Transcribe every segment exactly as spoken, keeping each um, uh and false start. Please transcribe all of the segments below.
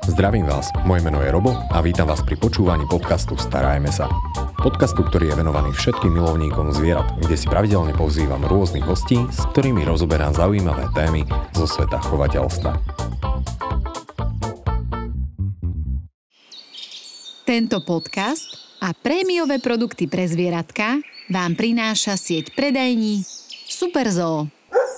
Zdravím vás, moje meno je Robo a vítam vás pri počúvaní podcastu Starajme sa. Podcastu, ktorý je venovaný všetkým milovníkom zvierat, kde si pravidelne pozývam rôznych hostí, s ktorými rozoberám zaujímavé témy zo sveta chovateľstva. Tento podcast a prémiové produkty pre zvieratka vám prináša sieť predajní Superzoo.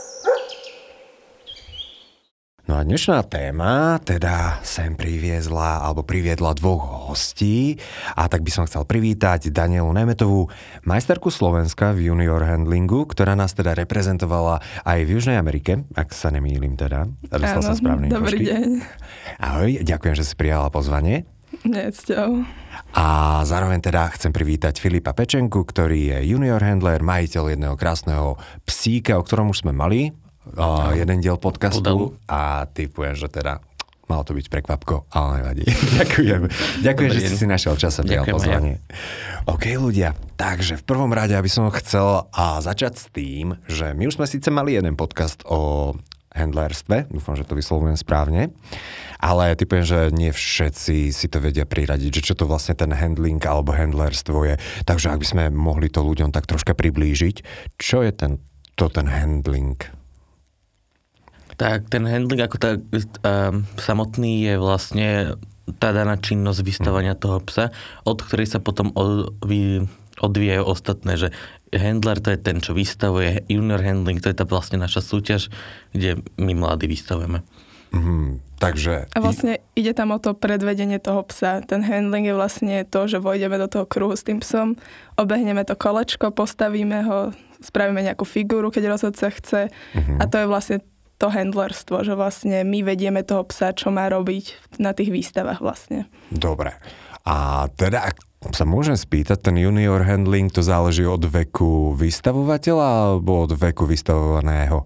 No a dnešná téma teda sem priviezla alebo priviedla dvoch hostí a tak by som chcel privítať Danielu Nemetovú, majsterku Slovenska v junior handlingu, ktorá nás teda reprezentovala aj v Južnej Amerike, ak sa nemýlim teda. Áno, som správny dobrý pošky. Deň. Ahoj, ďakujem, že si prijala pozvanie. Nie, cťou. A zároveň teda chcem privítať Filipa Pečenku, ktorý je junior handler, majiteľ jedného krásneho psíka, o ktorom už sme mali Uh, jeden diel podcastu a typujem, že teda malo to byť prekvapko, ale nevadí. Ďakujem. Ďakujem, že si si našiel čas a prijal pozvanie. Ja. OK, ľudia, takže v prvom rade, aby som chcel a začať s tým, že my už sme síce mali jeden podcast o handlerstve, dúfam, že to vyslovujem správne, ale typujem, že nie všetci si to vedia priradiť, že čo to vlastne ten handling alebo handlerstvo je. Takže ak by sme mohli to ľuďom tak troška priblížiť, čo je ten, to ten handling? Tak ten handling ako tak um, samotný je vlastne tá daná činnosť vystavania toho psa, od ktorej sa potom od, vy, odvíjajú ostatné, že handler to je ten, čo vystavuje, junior handling to je tá vlastne naša súťaž, kde my mladí vystavujeme. Mm, takže... A vlastne ide tam o to predvedenie toho psa. Ten handling je vlastne to, že vojdeme do toho kruhu s tým psom, obehneme to kolečko, postavíme ho, spravíme nejakú figúru, keď rozhodca chce mm-hmm. a to je vlastne to handlerstvo, že vlastne my vedieme toho psa, čo má robiť na tých výstavách vlastne. Dobre. A teda, ak sa môžem spýtať, ten junior handling, to záleží od veku vystavovateľa alebo od veku vystavovaného?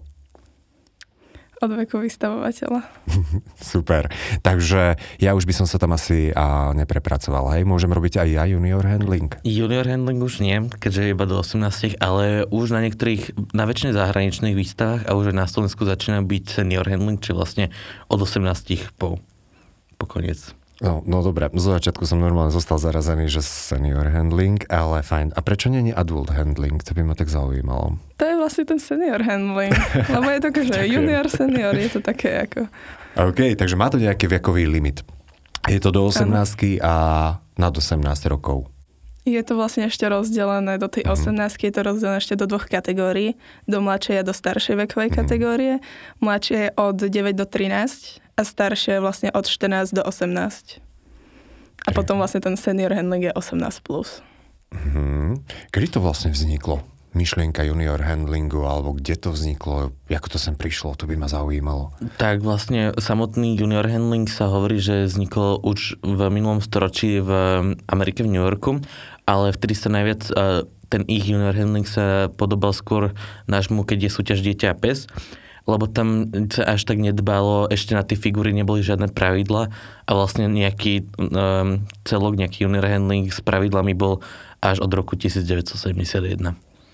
Od veku vystavovateľa. Super. Takže ja už by som sa tam asi a, neprepracoval. Hej, môžem robiť aj ja junior handling? Junior handling už nie, keďže je iba do osemnásť, ale už na niektorých, na väčšine zahraničných výstavách a už aj na Slovensku začína byť senior handling, či vlastne od osemnásť po, po koniec. No, no dobre, zo začiatku som normálne zostal zarazený, že senior handling, ale fajn. A prečo nie je adult handling? To by ma tak zaujímalo. To je vlastne ten senior handling, lebo je to také, že junior, senior, je to také ako... OK, takže má to nejaký vekový limit. Je to do osemnástky a nad osemnásť rokov. Je to vlastne ešte rozdelené do tej osemnástky, je to rozdelené ešte do dvoch kategórií. Do mladšej a do staršej vekovej kategórie. Mladšie je od deväť do trinásť a staršie je vlastne od štrnásť do osemnásť. A potom vlastne ten senior handling je osemnásť plus. Hmm. Kedy to vlastne vzniklo? Myšlienka junior handlingu, alebo kde to vzniklo? Ako to sem prišlo? To by ma zaujímalo. Tak vlastne samotný junior handling sa hovorí, že vzniklo už v minulom storočí v Amerike, v New Yorku, ale vtedy sa najviac ten ich junior handling sa podobal skôr nášmu, keď je súťaž dieťa a pes, lebo tam sa až tak nedbalo, ešte na tie figúry neboli žiadne pravidla a vlastne nejaký um, celok, nejaký junior handling s pravidlami bol až od roku devätnásťsedemdesiatjeden.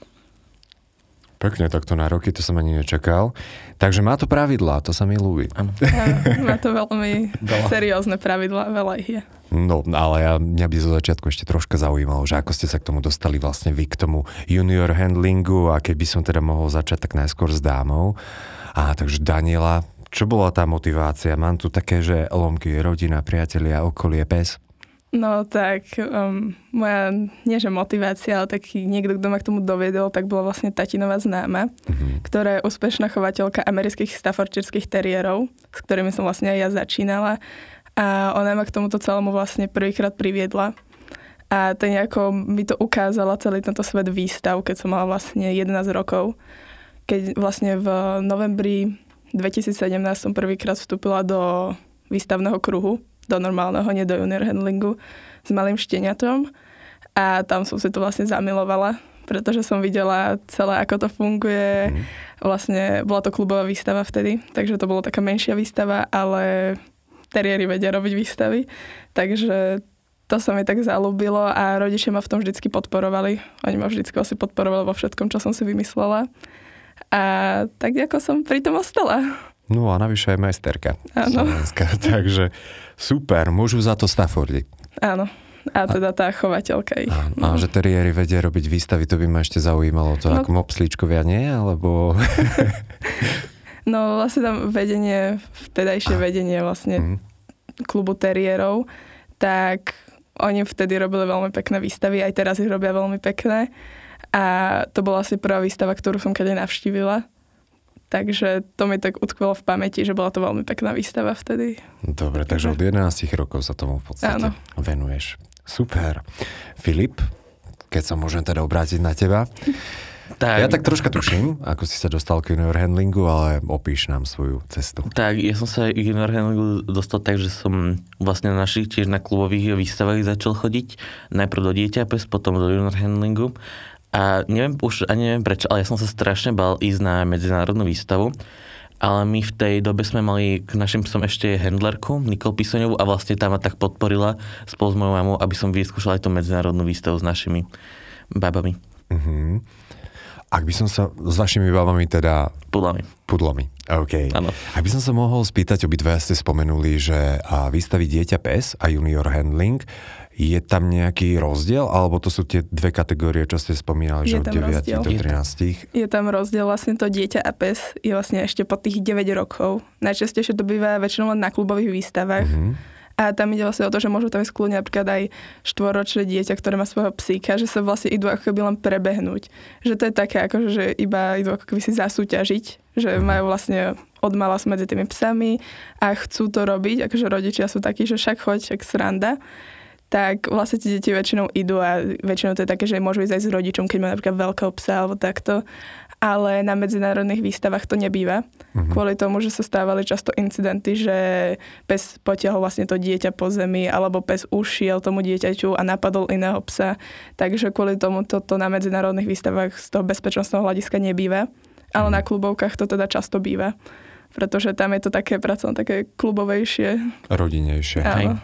Pekne, takto na roky, to som ani nečakal. Takže má to pravidlá, to sa mi ľúbi. Áno. Má to veľmi seriózne pravidlá, veľa ich je. No, ale ja, mňa by zo začiatku ešte troška zaujímalo, že ako ste sa k tomu dostali vlastne vy k tomu junior handlingu a keby som teda mohol začať tak najskôr s dámou. A takže Daniela, čo bola tá motivácia? Mám tu také, že lomky, rodina, priatelia, okolie, pes? No tak, um, moja, nie že motivácia, ale taký niekto, kto ma k tomu doviedol, tak bola vlastne tatinová známa, mm-hmm. ktorá je úspešná chovateľka amerických staffordshireských teriérov, s ktorými som vlastne aj ja začínala. A ona ma k tomuto celému vlastne prvýkrát priviedla. A to nejako mi to ukázala celý tento svet výstav, keď som mala vlastne jedenásť rokov. Keď vlastne v novembri dvetisícsedemnásť som prvýkrát vstúpila do výstavného kruhu, do normálneho, nie do junior handlingu, s malým šteniatom. A tam som si to vlastne zamilovala, pretože som videla celé, ako to funguje. Mm. Vlastne bola to klubová výstava vtedy, takže to bolo taká menšia výstava, ale teriéri vedia robiť výstavy. Takže to sa mi tak zaľúbilo a rodičia ma v tom vždycky podporovali. Oni ma vždycky asi podporovali vo všetkom, čo som si vymyslela. A tak ako som pri tom ostala. No a navyše aj majsterka. Áno. Slovenská, takže super, môžu za to Staffordi. Áno. A teda tá chovateľka ich. A, a že teriéry vedia robiť výstavy, to by ma ešte zaujímalo. To No. ako mopslíčkovia nie, alebo... No vlastne tam vedenie, vtedajšie vedenie vlastne Mhm. klubu teriérov, tak oni vtedy robili veľmi pekné výstavy, aj teraz ich robia veľmi pekné. A to bola asi prvá výstava, ktorú som kedy navštívila. Takže to mi tak utkvelo v pamäti, že bola to veľmi pekná výstava vtedy. Dobre, takže od jedenásť rokov sa tomu v podstate Áno. venuješ. Super. Filip, keď sa môžem teda obrátiť na teba. Tak, Ja tak troška tuším, ako si sa dostal k junior handlingu, ale opíš nám svoju cestu. tak, ja som sa k junior handlingu dostal tak, že som vlastne na našich tiež na klubových výstavách začal chodiť. Najprv do dieťa pes, potom do junior handlingu. A neviem už ani neviem prečo, ale ja som sa strašne bál ísť na medzinárodnú výstavu. Ale my v tej dobe sme mali k našim psom ešte handlerku, Nikol Pisoňovú, a vlastne tá ma tak podporila spolu s mojou mamou, aby som vyskúšal aj tú medzinárodnú výstavu s našimi babami. Uh-huh. Ak by som sa s vašimi babami teda... Pudlami. Pudlami, OK. Áno. Ak by som sa mohol spýtať, obidvaja ste spomenuli, že a výstaví dieťa pes a junior handling, je tam nejaký rozdiel, alebo to sú tie dve kategórie, čo ste spomínali, Je že od tam deviatich rozdiel. do trinástich? Je tam rozdiel, vlastne to dieťa a pes je vlastne ešte po tých deväť rokov. Najčastejšie to býva väčšinou len na klubových výstavách. Mhm. A tam ide vlastne o to, že môžu tam ísť kľudne napríklad aj štvoročné dieťa, ktoré má svojho psíka, že sa vlastne idú ako keby len prebehnúť. Že to je také, ako že iba idú ako keby si zasúťažiť, že majú vlastne od mala sú medzi tými psami a chcú to robiť, akože rodičia sú takí, že však choď, však sranda. Tak vlastne tie deti väčšinou idú a väčšinou to je také, že môžu ísť aj s rodičom, keď má napríklad veľkého psa alebo takto. Ale na medzinárodných výstavách to nebýva. Mm-hmm. Kvôli tomu, že sa stávali často incidenty, že pes potiahol vlastne to dieťa po zemi alebo pes ušiel tomu dieťaťu a napadol iného psa. Takže kvôli tomu toto na medzinárodných výstavách z toho bezpečnostného hľadiska nebýva. Ale na klubovkách to teda často býva. Pretože tam je to také pracovné, také klubovejšie. Rodinejšie. Áno.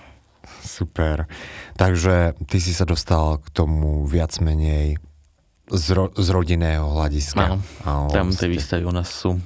Super. Takže ty si sa dostal k tomu viac menej z, ro- z rodinného hľadiska. Áno, Áno, tam ste- tie výstavy u nás sú.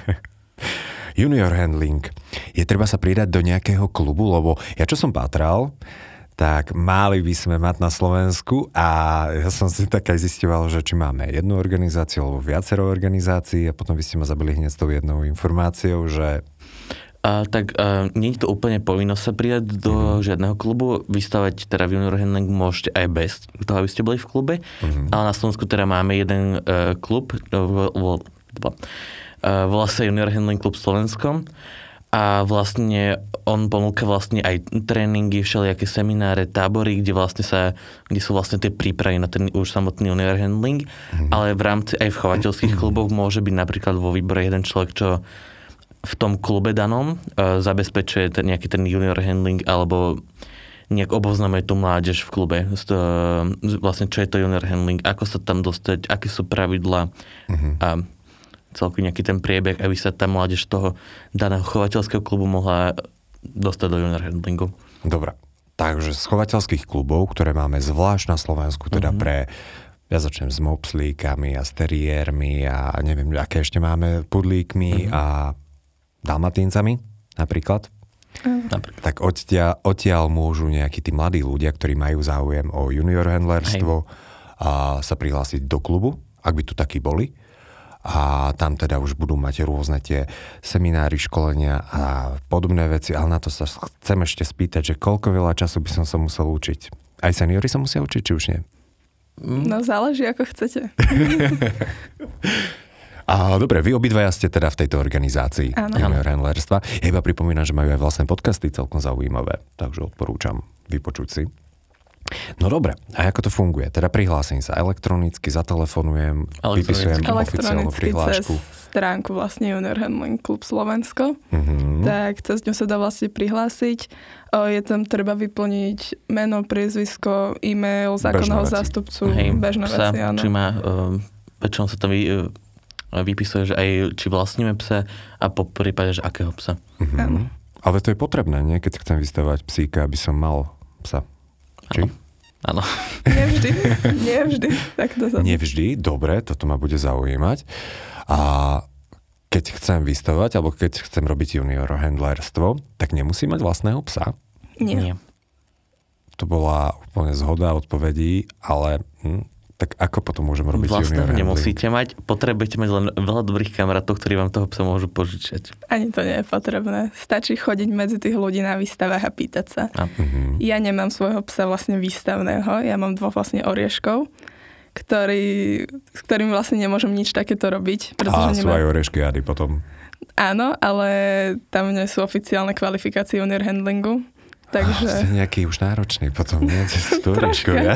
Junior handling. Je treba sa pridať do nejakého klubu, lebo ja čo som pátral, tak mali by sme mať na Slovensku a ja som si tak aj zisťoval, že či máme jednu organizáciu alebo viacero organizácií a potom by ste ma zabili hneď s tou jednou informáciou, že A, tak a, nie je to úplne povinnosť sa pridať do mm-hmm. žiadneho klubu. Vystavať teda v junior handling môžete aj bez toho, aby ste boli v klube. Mm-hmm. Ale na Slovensku teda máme jeden uh, klub, uh, uh, uh, volá sa Junior Handling klub Slovensko. A vlastne on ponúka vlastne aj tréningy, všelijaké semináre, tábory, kde vlastne sa, kde sú vlastne tie prípravy na ten už samotný junior handling. Mm-hmm. Ale v rámci aj v chovateľských kluboch môže byť napríklad vo výbore jeden človek, čo v tom klube danom uh, zabezpečuje ten, nejaký ten junior handling alebo nejak oboznamuje tú mládež v klube. To, uh, vlastne čo je to junior handling, ako sa tam dostať, aké sú pravidlá uh-huh. a celkový nejaký ten priebeh, aby sa tá mládež toho daného chovateľského klubu mohla dostať do junior handlingu. Dobre. Takže z chovateľských klubov, ktoré máme zvlášť na Slovensku, teda uh-huh. pre ja začnem s mopslíkami a s teriérmi a neviem, aké ešte máme, pudlíkmi uh-huh. a dalmatíncami napríklad. Napríklad. Tak odtiaľ, odtiaľ môžu nejakí tí mladí ľudia, ktorí majú záujem o junior handlerstvo a sa prihlásiť do klubu, ak by tu takí boli. A tam teda už budú mať rôzne tie seminári, školenia a podobné veci. Ale na to sa chcem ešte spýtať, že koľko veľa času by som sa musel učiť. Aj seniori sa musia učiť, či už nie? No záleží, ako chcete. A dobre, vy obidvaja ste teda v tejto organizácii junior handlerstva. Ja iba pripomínam, že majú aj vlastné podcasty celkom zaujímavé, takže odporúčam vypočuť si. No dobre, a ako to funguje? Teda prihlásim sa elektronicky, zatelefonujem, vypisujem oficiálnu prihlášku. Cez stránku vlastne Junior Handling Klub Slovensko. Mm-hmm. Tak cez ňu sa dá vlastne prihlásiť. Je tam treba vyplniť meno, priezvisko, e-mail, zákonného zástupcu, Hej, bežné psa, veci, áno. Či má, uh, väčšinou sa tam vy, uh, vypisuje, že aj či vlastníme psa a po prípade, že akého psa. Mm-hmm. Ale to je potrebné, nie? Keď chcem vystavovať psíka, aby som mal psa. Či? Áno. Nevždy, nevždy. Tak to sa... Nevždy, dobre, toto ma bude zaujímať. A keď chcem vystavovať, alebo keď chcem robiť junior handlerstvo, tak nemusím mať vlastného psa? Nie. Nie. To bola úplne zhoda odpovedí, ale hm, tak ako potom môžem robiť Vlastne junior handling? nemusíte mať, potrebujete mať len veľa dobrých kamarátov, ktorí vám toho psa môžu požičať. Ani to nie je potrebné. Stačí chodiť medzi tých ľudí na výstavách a pýtať sa. A. Mhm. Ja nemám svojho psa vlastne výstavného, ja mám dvoch vlastne orieškov, ktorý, s ktorým vlastne nemôžem nič takéto robiť. A sú nemám... aj oriešky Ady potom. Áno, ale tam nie sú oficiálne kvalifikácie junior handlingu. Takže... Oh, ste nejaký už náročný potom, nie? Troška.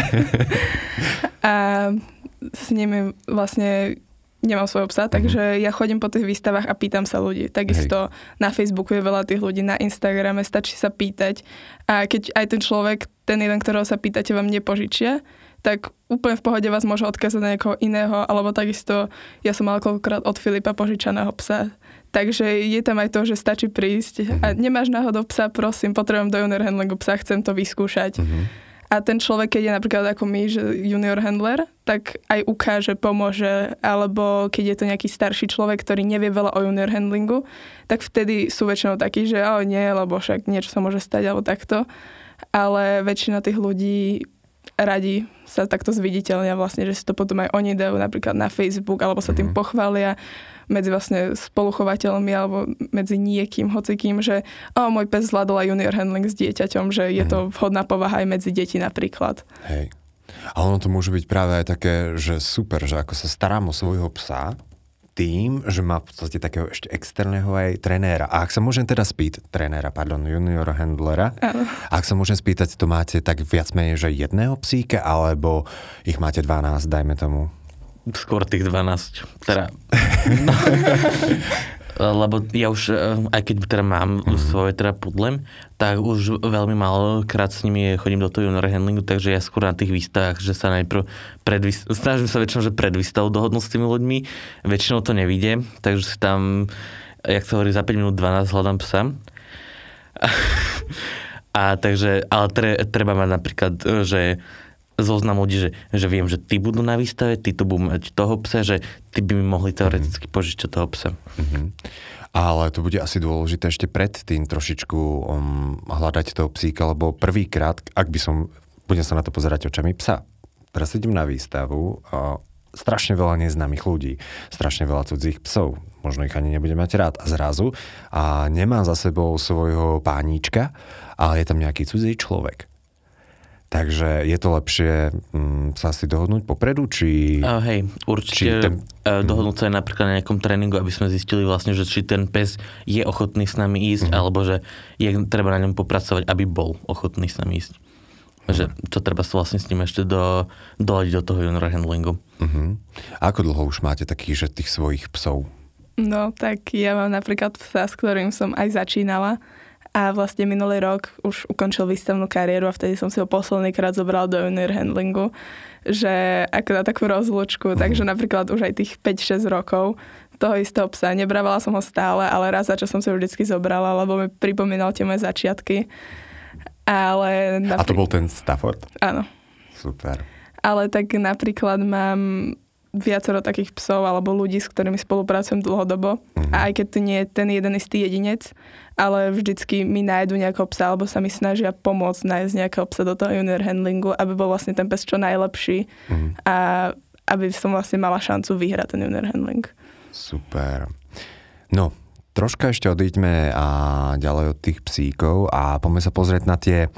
A s nimi vlastne nemám svojho psa, mm-hmm. takže ja chodím po tých výstavách a pýtam sa ľudí. Takisto Hej. na Facebooku je veľa tých ľudí, na Instagrame stačí sa pýtať. A keď aj ten človek, ten jeden, ktorého sa pýtate, vám nepožičia, tak úplne v pohode vás môže odkázať na niekoho iného, alebo takisto ja som mal koľkokrát od Filipa požičaného psa. Takže je tam aj to, že stačí prísť mm-hmm. a nemáš náhodou psa, prosím, potrebujem do junior handlingu psa, chcem to vyskúšať. Mm-hmm. A ten človek, keď je napríklad ako my, že junior handler, tak aj ukáže, pomôže, alebo keď je to nejaký starší človek, ktorý nevie veľa o junior handlingu, tak vtedy sú väčšinou takí, že o nie, lebo však niečo sa môže stať, alebo takto. Ale väčšina tých ľudí radi sa takto zviditeľnia vlastne, že si to potom aj oni dajú napríklad na Facebook, alebo sa tým pochvália medzi vlastne spoluchovateľmi alebo medzi niekým, hocikým, že o, môj pes zvládol aj junior handling s dieťaťom, že je to vhodná povaha aj medzi deti napríklad. Hej. A ono to môže byť práve aj také, že super, že ako sa starám o svojho psa tým, že má v podstate takého ešte externého aj trenéra. A ak sa môžem teda spýtať, trenéra, pardon, junior handlera, áno. Ak sa môžem spýtať, to máte tak viac menej, že jedného psíka, alebo ich máte dvanásť, dajme tomu? Skôr tých dvanásť. Teda, no, lebo ja už, aj keď teda mám mm-hmm. svoje teda pudlem, tak už veľmi málo krát s nimi chodím do toho junior handlingu, takže ja skôr na tých výstavách, že sa najprv predvys... snažím sa väčšinou, že pred výstavou dohodnúť s tými ľuďmi, väčšinou to nevíde, takže si tam, jak sa hovorí, za päť minút dvanásť hľadám psa. A takže, ale tre, treba mať napríklad, že zoznam ľudí, že, že viem, že ty budú na výstave, ty tu budú mať toho psa, že ty by mi mohli teoreticky mm-hmm. požičať toho psa. Mm-hmm. Ale to bude asi dôležité ešte predtým trošičku um, hľadať toho psíka, lebo prvýkrát, ak by som, budem sa na to pozerať očami psa, teraz idem na výstavu a strašne veľa neznámych ľudí, strašne veľa cudzích psov, možno ich ani nebudem mať rád a zrazu a nemám za sebou svojho pánička, ale je tam nejaký cudzí človek. Takže je to lepšie um, sa si dohodnúť popredu, či... Uh, hej, určite ten... uh, dohodnúť sa aj napríklad na nejakom tréningu, aby sme zistili vlastne, že či ten pes je ochotný s nami ísť, mm. alebo že je treba na ňom popracovať, aby bol ochotný s nami ísť. Mm. Že to treba sa vlastne s ním ešte do, doladiť do toho junior handlingu. Uh-huh. A ako dlho už máte takých, že tých svojich psov? No, tak ja mám napríklad psa, s ktorým som aj začínala. A vlastne minulý rok už ukončil výstavnú kariéru a vtedy som si ho posledný krát zobral do junior handlingu, že ako na takú rozlúčku, mm. takže napríklad už aj tých päť šesť rokov toho istého psa. Nebrávala som ho stále, ale raz za čo som si ho vždycky zobrala, lebo mi pripomínal tie moje začiatky. Ale napríklad... A to bol ten Stafford? Áno. Super. Ale tak napríklad mám viacero takých psov alebo ľudí, s ktorými spolupracujem dlhodobo. Mm-hmm. A aj keď to nie je ten jeden istý jedinec, ale vždycky mi nájdu nejakého psa alebo sa mi snažia pomôcť nájsť nejakého psa do toho junior handlingu, aby bol vlastne ten pes čo najlepší mm-hmm. a aby som vlastne mala šancu vyhrať ten junior handling. Super. No, troška ešte odíďme a ďalej od tých psíkov a poďme sa pozrieť na tie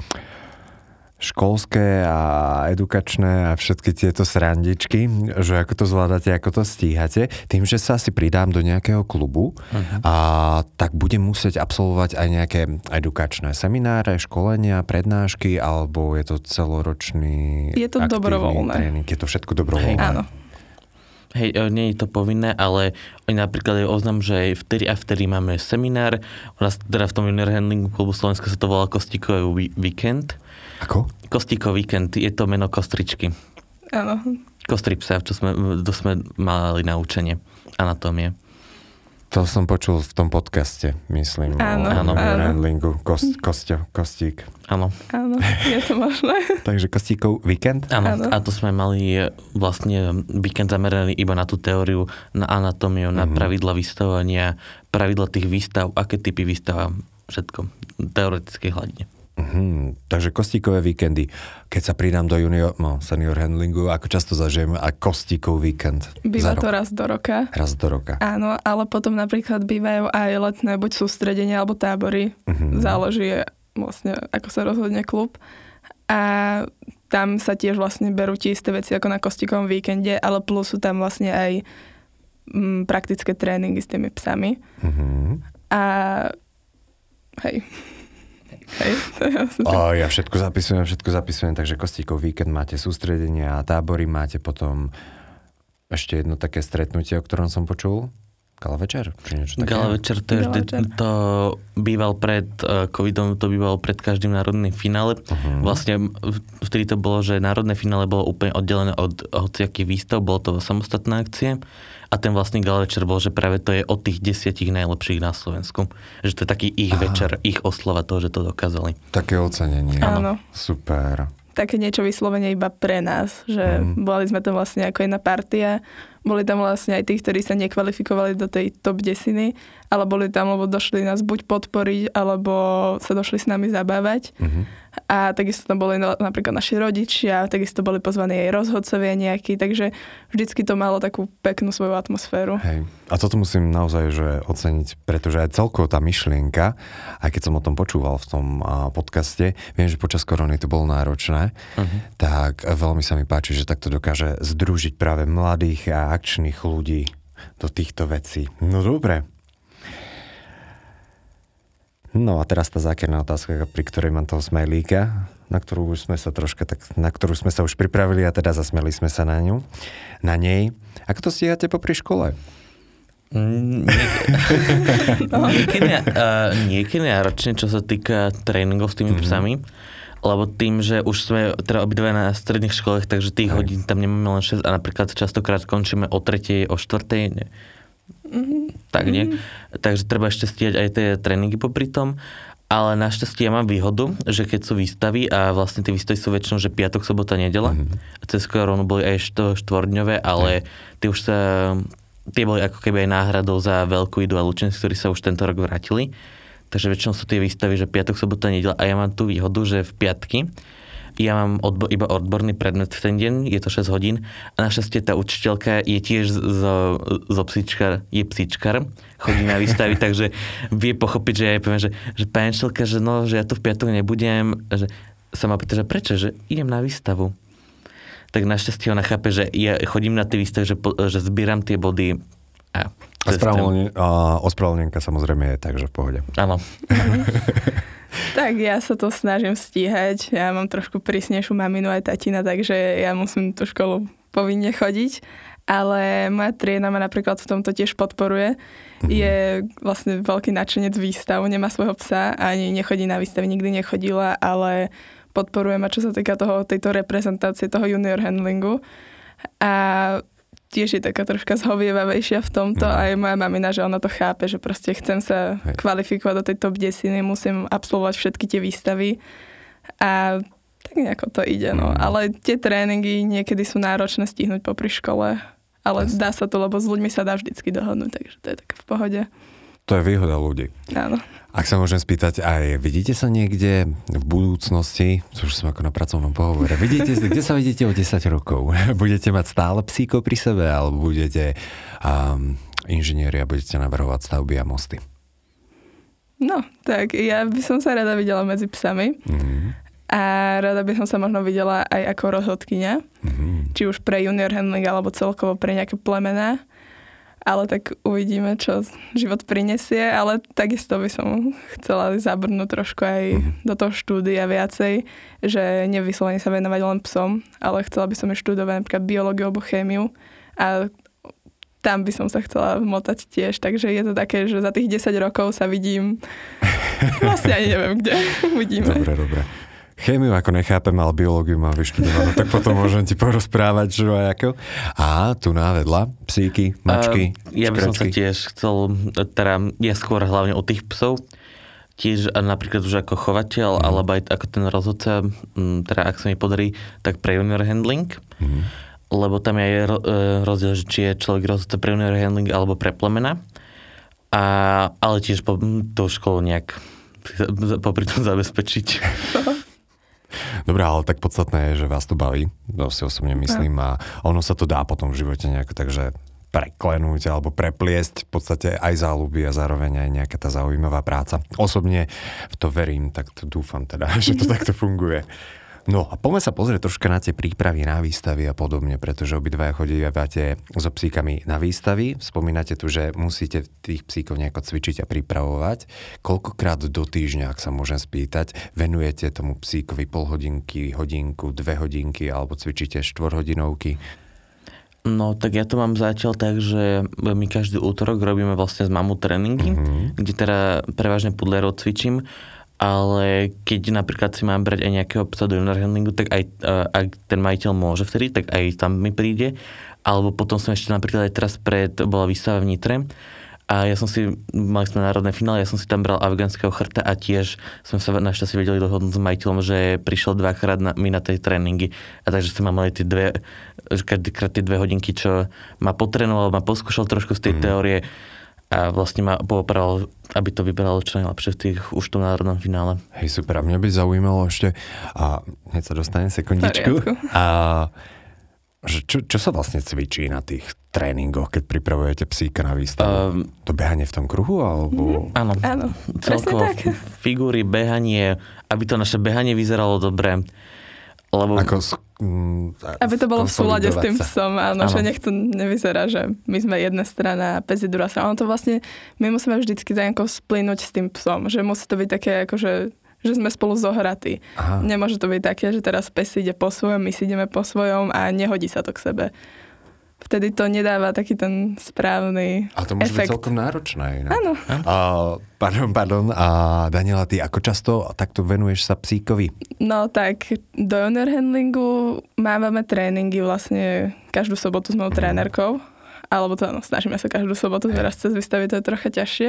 školské a edukačné a všetky tieto srandičky, že ako to zvládate, ako to stíhate. Tým, že sa si pridám do nejakého klubu, uh-huh. a tak budem musieť absolvovať aj nejaké edukačné semináre, školenia, prednášky, alebo je to celoročný je to dobrovoľné. Tréning, je to všetko dobrovoľné. Hej, áno. Hej, nie je to povinné, ale napríklad je oznam, že vtedy a vtedy máme seminár. U nás teda v tom junior handlingu klubu Slovenska sa to volá Kostíkový víkend. Ako? Kostíkový víkend, je to meno kostričky. Áno. Kostry psa, čo sme, to sme mali na učenie anatómie. To som počul v tom podcaste, myslím. Áno, o, áno. handlingu. Kost, Kosťo, Kostík. Áno. Áno, je to možné. Takže Kostíkov víkend? Áno, Áno. a to sme mali vlastne víkend zameraný iba na tú teóriu, na anatómiu, na Mhm. pravidla vystavovania, pravidla tých výstav, aké typy výstav a všetko. Teoretickej hladine. Mhm, takže Kostíkové víkendy. Keď sa pridám do junior, no, senior handlingu, ako často zažijem a Kostíkov víkend? Býva za to rok? raz do roka. Raz do roka. Áno, ale potom napríklad bývajú aj letné buď sústredenia alebo tábory. Mhm. Záleží vlastne, ako sa rozhodne klub. A tam sa tiež vlastne berú tie isté veci ako na Kostíkovom víkende, ale plus sú tam vlastne aj mm, praktické tréningy s tými psami. Mhm. A hej. Hej, to je asi tak. O, ja všetko zapisujem, všetko zapisujem, takže Kostíkov víkend máte sústredenia a tábory, máte potom ešte jedno také stretnutie, o ktorom som počul. Gala večer? Či niečo také? Gala večer, to, je Gala vždy, večer. to býval pred uh, covidom, to bývalo pred každým národným finále. Uh-huh. Vlastne v- vtedy to bolo, že národné finále bolo úplne oddelené od hociakých výstav, bolo to samostatná akcie. A ten vlastný gala večer bol, že práve to je od tých desiatich najlepších na Slovensku. Že to je taký ich Aha. večer, ich oslava toho, že to dokázali. Také ocenenie. Áno. Super. Také niečo vyslovene iba pre nás, že Mhm. boli sme tam vlastne ako jedna partia, boli tam vlastne aj tí, ktorí sa nekvalifikovali do tej top desiny, ale boli tam, lebo došli nás buď podporiť, alebo sa došli s nami zabávať. Mhm. A takisto tam boli na- napríklad naši rodičia, takisto boli pozvaní aj rozhodcovia nejakí, takže vždycky to malo takú peknú svoju atmosféru. Hej. A toto musím naozaj že oceniť, pretože aj celkovo tá myšlienka, aj keď som o tom počúval v tom a, podcaste, viem, že počas korony to bolo náročné, Uh-huh. tak veľmi sa mi páči, že takto dokáže združiť práve mladých a akčných ľudí do týchto vecí. No dobre. No a teraz tá zákerná otázka, pri ktorej mám toho smajlíka, na ktorú už sme sa troška tak, na ktorú sme sa už pripravili a teda zasmeli sme sa na ňu, na nej. Ako to stíhate popri škole? Mm, niek- niekedy, uh, niekedy náročne, čo sa týka tréningov s tými Mhm. psami, lebo tým, že už sme teda obidve na stredných školách, takže tých Hej. hodín tam nemáme len šesť a napríklad častokrát končíme o tretej, o štvrtej, ne? Tak nie. Takže treba ešte stíhať aj tie tréningy popri tom. Ale našťastie ja mám výhodu, že keď sú výstavy a vlastne tie výstavy sú väčšinou, že piatok, sobota, nedela. Mm-hmm. Cez koronu boli aj što, štvordňové, ale tie už sa, tie boli ako keby aj náhradou za Veľkú Idu a Lučenec, ktorí sa už tento rok vrátili. Takže väčšinou sú tie výstavy, že piatok, sobota, nedela. A ja mám tú výhodu, že v piatky ja mám odbo- iba odborný predmet v ten deň, je to šesť hodín a našťastie tá učiteľka je tiež zo, zo psíčkar, je psíčkar, chodí na výstavy, takže vie pochopiť, že ja jej poviem, že, že pani učiteľka, že no, že ja tu v piatok nebudem, že sa ma pýta, že prečo, že idem na výstavu. Tak našťastie ona chápe, že ja chodím na tie výstavy, že, po, že zbieram tie body a A, spravodlne, a ospravedlnenka samozrejme je, takže v pohode. áno. Tak ja sa to snažím stíhať. Ja mám trošku prísnejšiu maminu aj tatina, takže ja musím tú školu povinne chodiť. Ale moja trieda ma napríklad v tomto tiež podporuje. Mhm. Je vlastne veľký nadšenec výstav, nemá svojho psa, ani nechodí na výstavy, nikdy nechodila, ale podporuje ma, čo sa týka toho, tejto reprezentácie, toho junior handlingu. A tiež je taká troška zhovievavejšia v tomto. Mhm. Aj moja mamina, že ona to chápe, že proste chcem sa Hej. kvalifikovať do tej top desiny, musím absolvovať všetky tie výstavy. A tak nejako to ide, no. Mhm. Ale tie tréningy niekedy sú náročné stihnúť popri škole. Ale Jasne. dá sa to, lebo s ľuďmi sa dá vždycky dohodnúť, takže to je také v pohode. To je výhoda ľudí. Áno. Ak sa môžem spýtať, aj vidíte sa niekde v budúcnosti, čo už som ako na pracovnom pohovore, vidíte, kde sa vidíte o desať rokov? Budete mať stále psíkov pri sebe, alebo budete um, inžinieri a budete navrhovať stavby a mosty? No, tak ja by som sa rada videla medzi psami Mhm. a rada by som sa možno videla aj ako rozhodkyňa, Mhm. či už pre junior handling alebo celkovo pre nejaké plemená. Ale tak uvidíme, čo život prinesie, ale takisto by som chcela zabrnúť trošku aj do toho štúdia viacej, že nevyslovene sa venovať len psom, ale chcela by som aj študovať napríklad biológiu alebo chémiu a tam by som sa chcela motať tiež, takže je to také, že za tých desať rokov sa vidím, vlastne ani neviem kde, uvidíme. Dobre, dobre. chémiu ako nechápem, ale biológiu mám vyštudovanú, tak potom môžem ti porozprávať, čo a ako. A tu návedla, psíky, mačky, uh, Ja by som sa tiež chcel, teda ja skôr hlavne o tých psov, tiež napríklad už ako chovateľ, mm. alebo aj ako ten rozhodca, teda ak sa mi podarí, tak pre junior handling, mm. lebo tam je rozdiel, že či je človek rozhodca pre junior handling alebo pre plemena. A, ale tiež po tú školu nejak popri tom zabezpečiť. Dobre, ale tak podstatné je, že vás to baví, to si osobne myslím, a ono sa to dá potom v živote nejako takže preklenúť alebo prepliesť v podstate aj záľuby a zároveň aj nejaká tá zaujímavá práca. Osobne v to verím, tak to dúfam teda, že to takto funguje. No a poďme sa pozrieť troška na tie prípravy na výstavy a podobne, pretože obidvaja chodívate so psíkami na výstavy. Spomínate tu, že musíte tých psíkov nejako cvičiť a pripravovať. Koľkokrát do týždňa, ak sa môžem spýtať, venujete tomu psíkovi pol hodinky, hodinku, dve hodinky alebo cvičíte štvorhodinovky? No, tak ja to mám zatiaľ tak, že my každý útorok robíme vlastne z mamu tréningy, mm-hmm. kde teda prevažne pudlerov cvičím. Ale keď napríklad si mám brať aj nejakého psa do junior handlingu, tak aj ak ten majiteľ môže vtedy, tak aj tam mi príde. Alebo potom som ešte napríklad aj teraz pred, bola výstava v Nitre a ja som si, mali sme národné finále, ja som si tam bral afgánskeho chrta a tiež sme sa našťastie vedeli dohodnúť s majiteľom, že prišiel dvakrát na, mi na tej tréningy. A takže sme mali tie dve, každýkrát tie dve hodinky, čo ma potrénoval, ma poskúšal trošku z tej mm. teórie. A vlastne ma poopravil, aby to vyberalo čo najlepšie v tých už v tom národnom finále. Hej, super. A mňa by zaujímalo ešte, a hneď sa dostane sekundičku, a že čo, čo sa vlastne cvičí na tých tréningoch, keď pripravujete psíka na výstavu? Um, to behanie v tom kruhu? Alebo... Áno, áno, celkovo figúry, behanie, aby to naše behanie vyzeralo dobre. Lebo... Ako sk- m, aby to bolo v súlade s tým psom, áno, áno, že nech to nevyzerá, že my sme jedna strana a pes je druhá strana. Ono to vlastne, my musíme vždycky nejako splynúť s tým psom, že musí to byť také, akože, že sme spolu zohratí. Aha. Nemôže to byť také, že teraz pes ide po svojom, my si ideme po svojom a nehodí sa to k sebe. Vtedy to nedáva taký ten správny efekt. A to môže efekt. byť celkom náročné. Ne? Áno. A, pardon, pardon. A Daniela, ty ako často takto venuješ sa psíkovi? No tak, do junior handlingu máme tréningy vlastne každú sobotu s mojou mm. trénerkou. Alebo to, no, snažíme sa každú sobotu, teraz cez výstavy to je trocha ťažšie.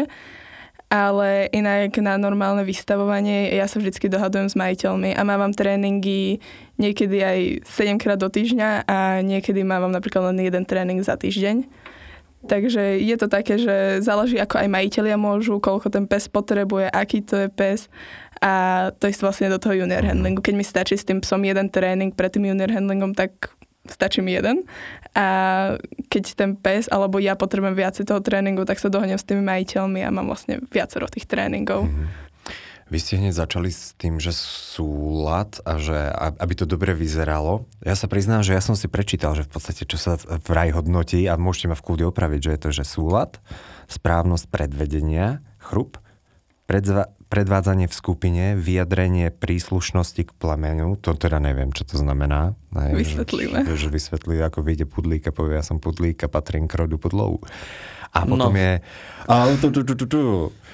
Ale inak na normálne vystavovanie ja sa vždycky dohadujem s majiteľmi a mávam tréningy niekedy aj sedemkrát do týždňa a niekedy mávam napríklad len jeden tréning za týždeň. Takže je to také, že záleží ako aj majitelia môžu, koľko ten pes potrebuje, aký to je pes a to je vlastne do toho junior handlingu. Keď mi stačí s tým psom jeden tréning pred tým junior handlingom, tak stačí mi jeden. A keď ten pes alebo ja potrebujem viacej toho tréningu, tak sa dohodnem s tými majiteľmi a mám vlastne viacero tých tréningov. Mm-hmm. Vy ste hneď začali s tým, že súlad a že aby to dobre vyzeralo. Ja sa priznám, že ja som si prečítal, že v podstate čo sa vraj hodnotí a môžete ma v kľude opraviť, že je to, že súlad, správnosť predvedenia, chrup, predzva, predvádzanie v skupine, vyjadrenie príslušnosti k plemenu, to teda neviem, čo to znamená. Ne, Vysvetlíme. Že, že vysvetlí, ako vyjde pudlík a povie, ja som pudlík a patrím k rodu pudlov. A potom no. je... A, tu, tu, tu, tu, tu.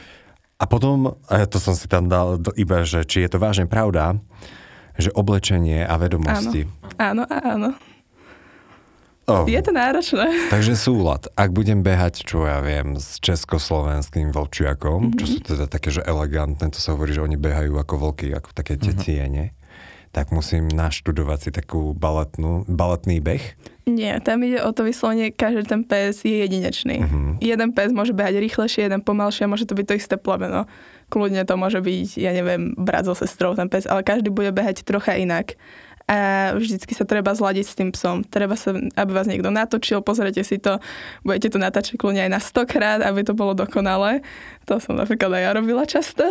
a potom, a to som si tam dal do, iba, že či je to vážne pravda, že oblečenie a vedomosti. Áno, áno, áno. Oh. Je to náročné. Takže súlad. Ak budem behať, čo ja viem, s československým vlčiakom, mm-hmm. čo sú teda také, že elegantné, to sa hovorí, že oni behajú ako vlky, ako také tie mm-hmm. tiene, tak musím naštudovať si takú baletnú, baletný beh? Nie, tam ide o to vyslovene, každý ten pes je jedinečný. Mm-hmm. Jeden pes môže behať rýchlejšie, jeden pomalšie, môže to byť to isté plemeno. Kľudne to môže byť, ja neviem, brat so sestrou ten pes, ale každý bude behať trocha inak. A vždycky sa treba zladiť s tým psom. Treba sa, aby vás niekto natočil, pozrite si to, budete to natáčať kľudne aj na stokrát, aby to bolo dokonalé. To som napríklad aj ja robila často.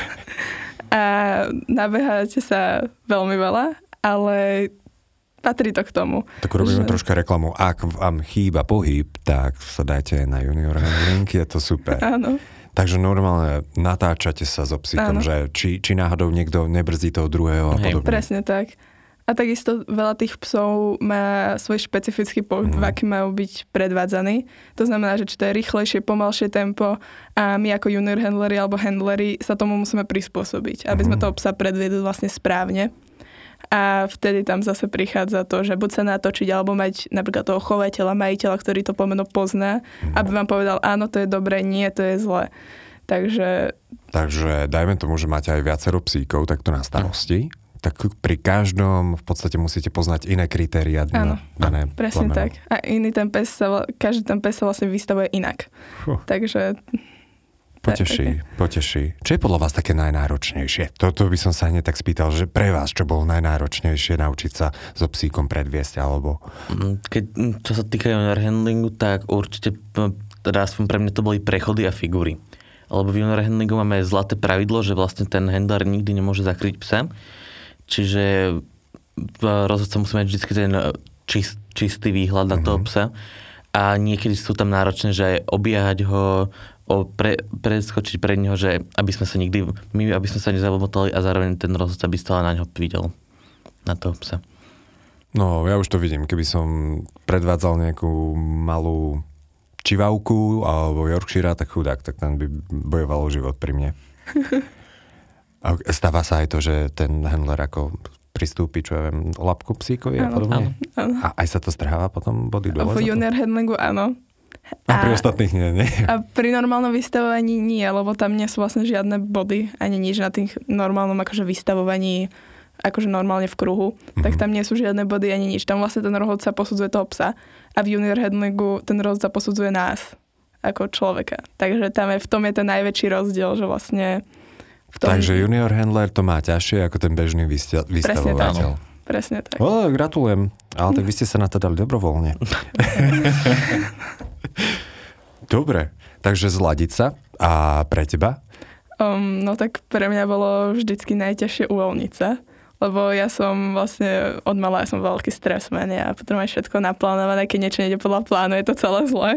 A nabeháte sa veľmi veľa, ale patrí to k tomu. Tak robíme že... troška reklamu. Ak vám chýba pohyb, tak sa dajte na junior handling, je to super. Áno. Takže normálne natáčate sa so psíkom, že či, či náhodou niekto nebrzdí toho druhého a podobne. Presne tak. A takisto veľa tých psov má svoj špecifický pohyb, mm. aký majú byť predvádzaní. To znamená, že či to je rýchlejšie, pomalšie tempo a my ako junior handleri alebo handleri sa tomu musíme prispôsobiť, aby sme toho psa predviedli vlastne správne. A vtedy tam zase prichádza to, že buď sa natočiť, alebo mať napríklad toho chovateľa, majiteľa, ktorý to pomeno pozná, aby vám povedal, áno, to je dobré, nie, to je zlé. Takže... Takže dajme tomu, že máte aj viacero psíkov takto na starosti. Tak pri každom v podstate musíte poznať iné kritériá na dané presne plemeno. tak. A iný ten pes sa, každý ten pes sa vlastne vystavuje inak. Huh. Takže... Poteší, poteší. Čo je podľa vás také najnáročnejšie? Toto by som sa hneď tak spýtal, že pre vás, čo bolo najnáročnejšie naučiť sa so psíkom predviesť, alebo... Keď, čo sa týka junior handlingu, tak určite, teda aspoň pre mňa to boli prechody a figúry. Lebo v junior handlingu máme zlaté pravidlo, že vlastne ten handler nikdy nemôže zakryť psa. Čiže rozhodca musí mať vždy ten čist, čistý výhľad na toho psa. A niekedy sú tam náročné, že aj obiehať ho, o pre, preskočiť pred neho, že aby sme sa nikdy, my aby sme sa nezabomotali a zároveň ten rozhodca by stále na neho videl, na toho psa. No, ja už to vidím. Keby som predvádzal nejakú malú čivavku alebo Yorkshire, tak chudák, tak ten by bojoval o život pri mne. A stáva sa aj to, že ten handler ako pristúpi, čo ja viem, labku psíkovi a podobne. Áno. A aj sa to strháva potom body dole? V junior handlingu áno. A, a pri ostatných nie, nie? A pri normálnom vystavovaní nie, lebo tam nie sú vlastne žiadne body, ani nič na tých normálnom akože vystavovaní, akože normálne v kruhu. Mm-hmm. Tak tam nie sú žiadne body, ani nič. Tam vlastne ten rozhodca posudzuje toho psa a v junior handlingu ten rozhodca posudzuje nás ako človeka. Takže tam je, v tom je ten najväčší rozdiel, že vlastne tom... Takže junior handler to má ťažšie ako ten bežný vysta- vystavovateľ. Presne tak. O, gratulujem. Ale tak vy ste sa na to dali dobrovoľne. Dobre. Takže zladiť sa. A pre teba? Um, no tak pre mňa bolo vždycky najťažšie uvoľniť sa. Lebo ja som vlastne od malá, ja som veľký stresman. Ja potom aj všetko naplánované. Keď niečo nejde podľa plánu, je to celé zlé.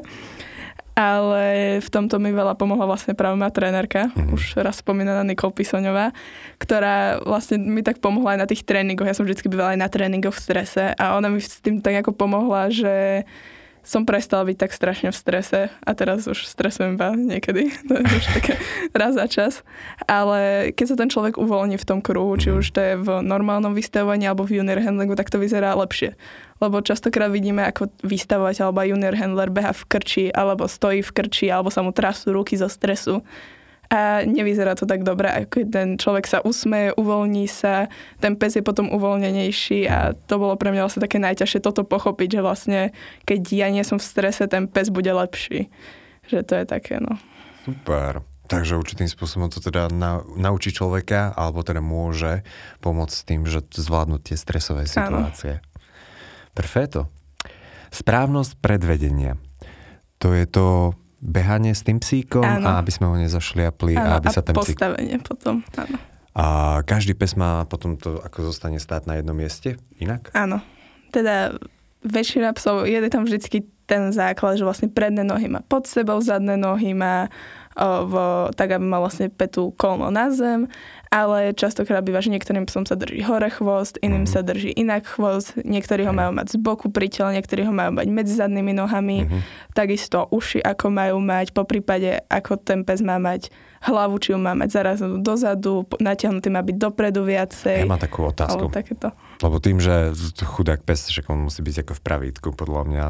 Ale v tomto mi veľa pomohla vlastne práve moja trénerka, mm-hmm. už raz spomínaná Nicole Pisoňová, ktorá vlastne mi tak pomohla aj na tých tréningoch. Ja som vždycky bývala aj na tréningoch v strese a ona mi s tým tak ako pomohla, že som prestala byť tak strašne v strese a teraz už stresujem iba niekedy, to je už také raz za čas. Ale keď sa ten človek uvoľní v tom kruhu, či už to je v normálnom vystavovaní alebo v junior handlingu, tak to vyzerá lepšie. Lebo častokrát vidíme, ako vystavovateľ alebo junior handler beha v krči, alebo stojí v krči, alebo sa mu trasú ruky zo stresu. A nevyzerá to tak dobre, ako ten človek sa usmeje, uvoľní sa, ten pes je potom uvoľnenejší a to bolo pre mňa vlastne také najťažšie toto pochopiť, že vlastne keď ja nie som v strese, ten pes bude lepší. Že to je také, no. Super. Takže určitým spôsobom to teda na, naučí človeka, alebo teda môže pomôcť s tým, že zvládnuť tie stresové situácie. Áno. Perfetto. Správnosť predvedenia. To je to behanie s tým psíkom, áno. A aby sme ho nezašliapli, áno, a aby sa ten psík... postavenie potom, áno. A každý pes má potom to, ako zostane stáť na jednom mieste, inak? Áno. Teda väčšina psov, je tam vždycky ten základ, že vlastne predné nohy má pod sebou, zadné nohy má o, v, tak, aby mal vlastne petu kolmo na zem, ale častokrát býva, že niektorým psom sa drží hore chvost, iným mm-hmm. sa drží inak chvost, niektorí ho majú mať z boku pri tele, niektorí ho majú mať medzi zadnými nohami, mm-hmm. takisto uši, ako majú mať, po prípade, ako ten pes má mať hlavu, či ju má mať zarazenú dozadu, natiahnutý má byť dopredu viacej. Ja mám takú otázku. Takéto. Lebo tým, že chudák pes, že on musí byť ako v pravítku, podľa mňa.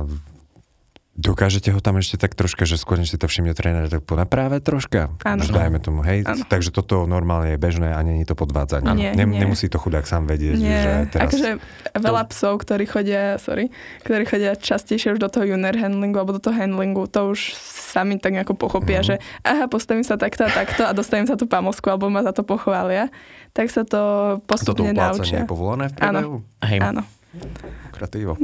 Dokážete ho tam ešte tak troška, že skôr než si to všimne tréner, tak ponaprávať troška? Áno. Už dajme tomu, hej? Áno. Takže toto normálne je bežné a nie je to podvádzanie. Nie, Nem, nie. Nemusí to chudák sám vedieť. Nie, že teraz... akože veľa psov, ktorí chodia, sorry, ktorí chodia častejšie už do toho junior handlingu alebo do toho handlingu, to už sami tak nejako pochopia, mm-hmm. že aha, postavím sa takto a takto a dostavím sa tú pamosku alebo ma za to pochvália, tak sa to postupne naučia. A toto uplácanie je povolené v priebehu? Áno. Áno. Kreatívo.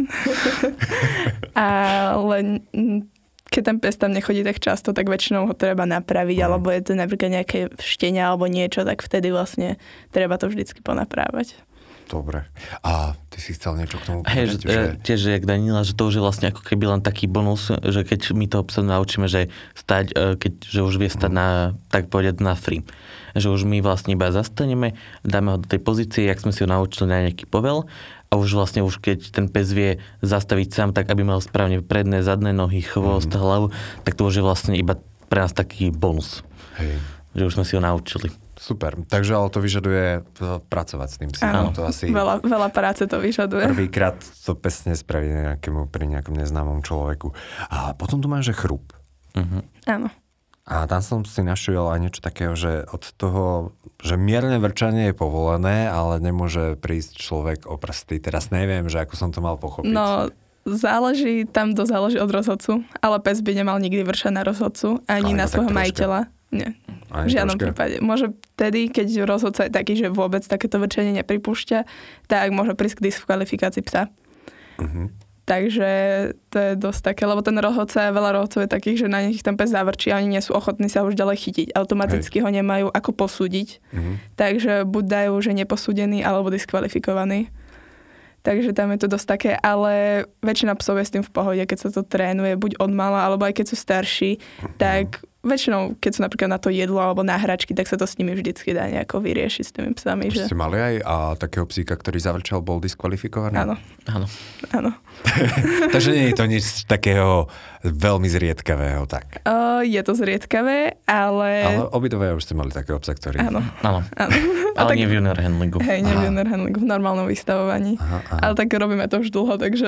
Ale keď ten pes tam nechodí tak často, tak väčšinou ho treba napraviť, mm. alebo je to napríklad nejaké štenia alebo niečo, tak vtedy vlastne treba to vždycky ponaprávať. Dobre. A ty si chcel niečo k tomu povedať? Hej, že, že... tiež, jak Daniela, že to už je vlastne ako keby len taký bonus, že keď my toho psa naučíme, že stať, keď, že už vie stať mm. na, tak povedať, na free. Že už my vlastne iba zastaneme, dáme ho do tej pozície, jak sme si ho naučili na nejaký povel, a už vlastne už keď ten pes vie zastaviť sám tak, aby mal správne predné, zadné nohy, chvost, mm. hlavu, tak to už je vlastne iba pre nás taký bonus. Hej. Že už sme si ho naučili. Super, takže ale to vyžaduje pracovať s tým psíkom. To asi veľa, veľa práce to vyžaduje. Prvýkrát to pes nespraví nejakému, pri nejakom neznámom človeku. A potom tu máš, že chrup. Uh-huh. Áno. A tam som si našiel aj niečo takého, že od toho, že mierne vrčanie je povolené, ale nemôže prísť človek o prsty. Teraz neviem, že ako som to mal pochopiť. No, záleží, tam to záleží od rozhodcu, ale pes by nemal nikdy vrčať na rozhodcu, ani ale na svojho majiteľa. Nie, aj v žiadnom troška. prípade. Môže vtedy, keď rozhodca je taký, že vôbec takéto vrčanie nepripúšťa, tak môže prísť k diskvalifikácii psa. Uh-huh. Takže to je dosť také, lebo ten rozhodca, veľa rozhodcov je takých, že na nich ten pes zavrčí a oni nie sú ochotní sa už ďalej chytiť. Automaticky Hej. ho nemajú ako posúdiť. Uh-huh. Takže buď dajú, že neposúdený, alebo diskvalifikovaný. Takže tam je to dosť také, ale väčšina psov je s tým v pohode, keď sa to trénuje, buď od mala, alebo aj keď sú starší, uh-huh. tak väčšinou, keď sú napríklad na to jedlo alebo na hračky, tak sa to s nimi vždycky dá nejako vyriešiť s tými psami. Že... Ste mali aj a takého psíka, ktorý zavrčal, bol diskvalifikovaný? Áno. Áno. Áno. Takže nie je to nič takého veľmi zriedkavého, tak? Uh, je to zriedkavé, ale... Ale obidve už ste mali takého psa, ktorý... Áno. Áno. Áno. Ale tak... nie v junior handlingu. Hej, nie v junior handlingu, v normálnom vystavovaní. Aha, aha. Ale tak robíme to už dlho, takže...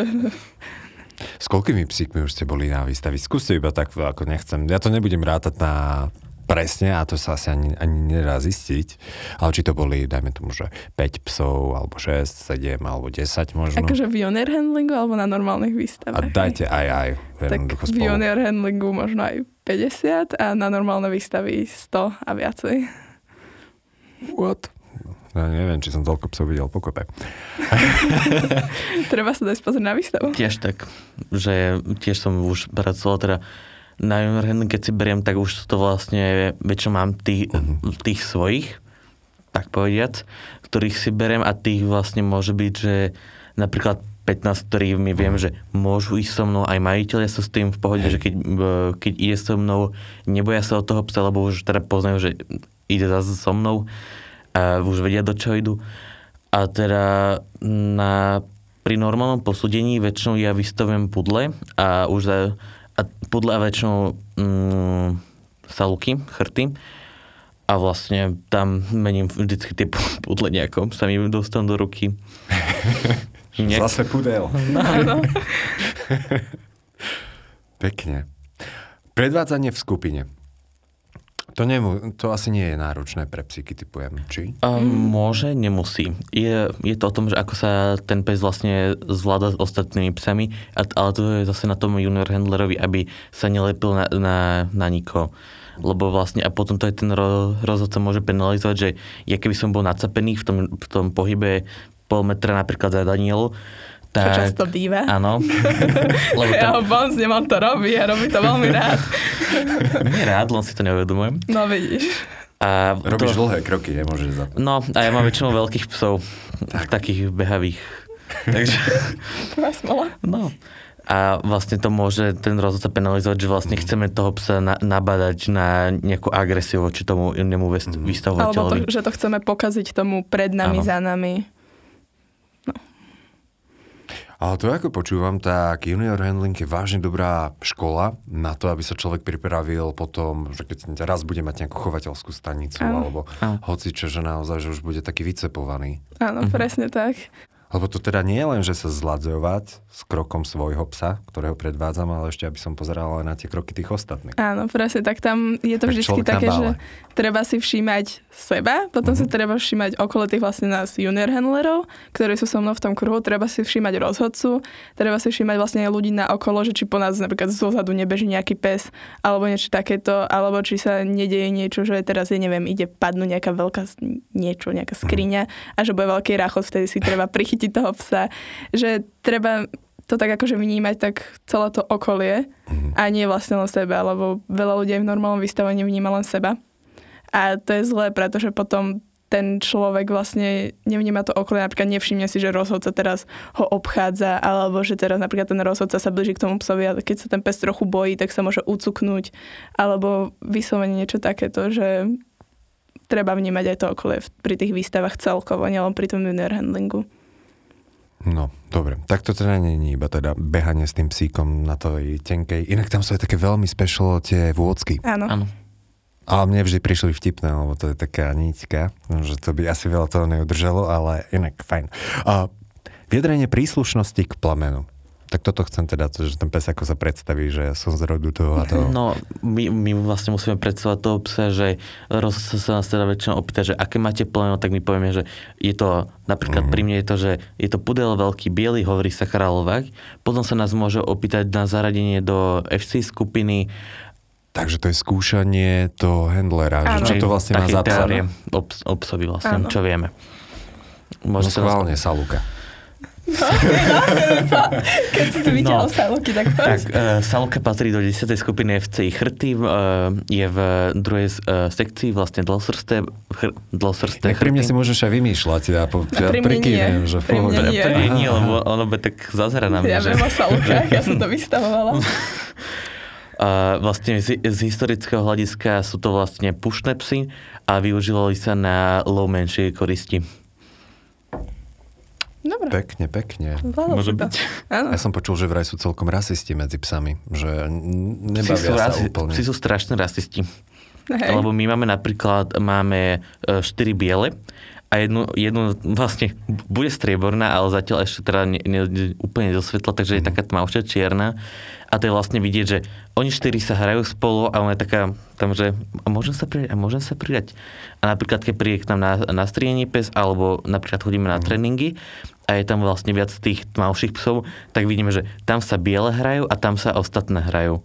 S koľkými psíkmi už ste boli na výstavi? Skúste iba tak, ako nechcem. Ja to nebudem rátať na presne, a to sa asi ani, ani nedá zistiť. Ale či to boli, dajme tomu, že päť psov, alebo šesť, sedem, alebo desať možno. Akože v junior handlingu, alebo na normálnych výstavách? A dajte aj, aj. Tak v junior handlingu možno aj päťdesiat a na normálne výstavy sto a viacej. What? Ja neviem, či som toľko psov videl pokope. Treba sa dať pozrieť na výstavu. Tiež tak, že tiež som už pracoval teda na junior handling, keď si beriem, tak už to vlastne väčšinou mám tých, uh-huh. tých svojich, tak povediac, ktorých si beriem a tých vlastne môže byť, že napríklad pätnásť, ktorými viem, uh-huh. že môžu ísť so mnou, aj majiteľia sú s tým v pohode, hey. že keď, keď ide so mnou, neboja sa od toho psa, lebo už teda poznajú, že ide zase so mnou, a už vedia, do čoho idú. A teda na, pri normálnom posúdení väčšinou ja vystavujem pudle a už za, a pudle a väčšinou mm, saluky, chrty. A vlastne tam mením vždycky tie pudle nejako, sa mi dostanú do ruky. Nie. Zase pudel. No, no. Pekne. Predvádzanie v skupine. To, nemu, to asi nie je náročné pre psíky, typujem, či? Um, môže, nemusí. Je, je to o tom, že ako sa ten pes vlastne zvláda s ostatnými psami, ale to je zase na tom junior handlerovi, aby sa nelepil na, na, na nikoho. Lebo vlastne, a potom to je ten ro, rozhodca môže penalizovať, že ja keby som bol nacapený v tom, v tom pohybe pol metra napríklad za Danielu, tak, čo často býva. Áno. Lebo tam... Ja ho bonz, nemám to robí a robí to veľmi rád. Nie rád, len si to neuvedomujem. No vidíš. A robíš to... dlhé kroky, nemôžeš zapať. No a ja mám väčšinou veľkých psov, tak. takých behavých. Takže... No. A vlastne to môže ten rozhodca penalizovať, že vlastne chceme toho psa na, nabadať na nejakú agresiu voči tomu inému vystavovateľovi. Alebo to, že to chceme pokaziť tomu pred nami, ano. Za nami. Ale to, ako počúvam, tak junior handling je vážne dobrá škola na to, aby sa človek pripravil potom, že keď raz bude mať nejakú chovateľskú stanicu, áno. alebo áno. hocičo, že naozaj, že už bude taký vycepovaný. Áno, mhm. presne tak. Lebo to teda nie je len, že sa zladzovať s krokom svojho psa, ktorého predvádzam, ale ešte, aby som pozeral aj na tie kroky tých ostatných. Áno, presne, tak tam je to vždycky také, že treba si všímať seba, potom mm-hmm. si treba všímať okolo tých vlastne nás junior handlerov, ktorí sú so mnou v tom kruhu, treba si všímať rozhodcu, treba si všímať vlastne aj ľudí na okolo, že či po nás napríklad zozadu nebeží nejaký pes, alebo niečo takéto, alebo či sa nedeje niečo, že teraz, ja neviem, ide padnúť nejaká veľká niečo, nejaká skriňa mm-hmm. a že bude veľký rachot, vtedy si treba prichytiť toho psa, že treba to tak akože vnímať tak celé to okolie mm. a nie vlastne len seba, lebo veľa ľudí v normálnom vystavení vníma len seba. A to je zlé, pretože potom ten človek vlastne nevníma to okolie, napríklad nevšimne si, že rozhodca teraz ho obchádza, alebo že teraz napríklad ten rozhodca sa blíži k tomu psovi a keď sa ten pes trochu bojí, tak sa môže ucuknúť, alebo vyslovene niečo takéto, že treba vnímať aj to okolie pri tých výstavách celkovo, nielen pri tom junior handlingu. No, dobre. Tak to teda nie je iba teda behanie s tým psíkom na tej tenkej. Inak tam sú aj také veľmi special tie vôcky. Áno. Áno. A mne vždy prišli vtipné, lebo to je taká niťka, že to by asi veľa toho neudržalo, ale inak fajn. A vyjadrenie príslušnosti k plamenu. Tak toto chcem teda, že ten pes ako sa predstaví, že ja som z rodu toho a toho. No, my, my vlastne musíme predstavať toho psa, že rozhodca sa nás teda väčšinou opýta, že aké máte plemeno, tak my povieme, že je to, napríklad mm. pri mne je to, že je to pudel veľký, biely, hovorí sa kráľovák. Potom sa nás môže opýtať na zaradenie do ef cé skupiny. Takže to je skúšanie toho handlera, áno. Že čo to vlastne má za psa. Obs, obsovi vlastne, áno. Čo vieme. Môže no schválne, sa Luka. No, no, keď si tu videl no, Saluky, tak poď. Tak, uh, Saluka patrí do desiatej skupiny ef cé chrty, uh, je v druhej uh, sekcii vlastne dlhosrsté chr, dlhosrsté chrty. Pri mne si môžeš aj vymýšľať, ja, po, ja prikývem, že pri mne nie. Pri mne nie, lebo ono by tak zazera na mňa. Ja viem o Salukách, ja som to vystavovala. Uh, vlastne z, z historického hľadiska sú to vlastne pušné psy a využívali sa na lov menšej koristi. Dobre. Pekne, pekne. Môže byť. Áno. Ja som počul, že vraj sú celkom rasisti medzi psami, že nebavia psi sa rasi- úplne. Psi sú strašne rasisti. Hej. Lebo my máme napríklad, máme štyri biele a jednu, jednu vlastne bude strieborná, ale zatiaľ ešte teda ne, ne, úplne do svetla, takže mm. je taká tmavšia čierna. A to je vlastne vidieť, že oni štyri sa hrajú spolu a ona je taká tam, že a môžem sa pridať, a môžem sa pridať. A napríklad, keď príde k nám na, na striedenie pes, alebo napríklad chodíme na mm. tréningy a je tam vlastne viac tých tmavších psov, tak vidíme, že tam sa biele hrajú a tam sa ostatné hrajú.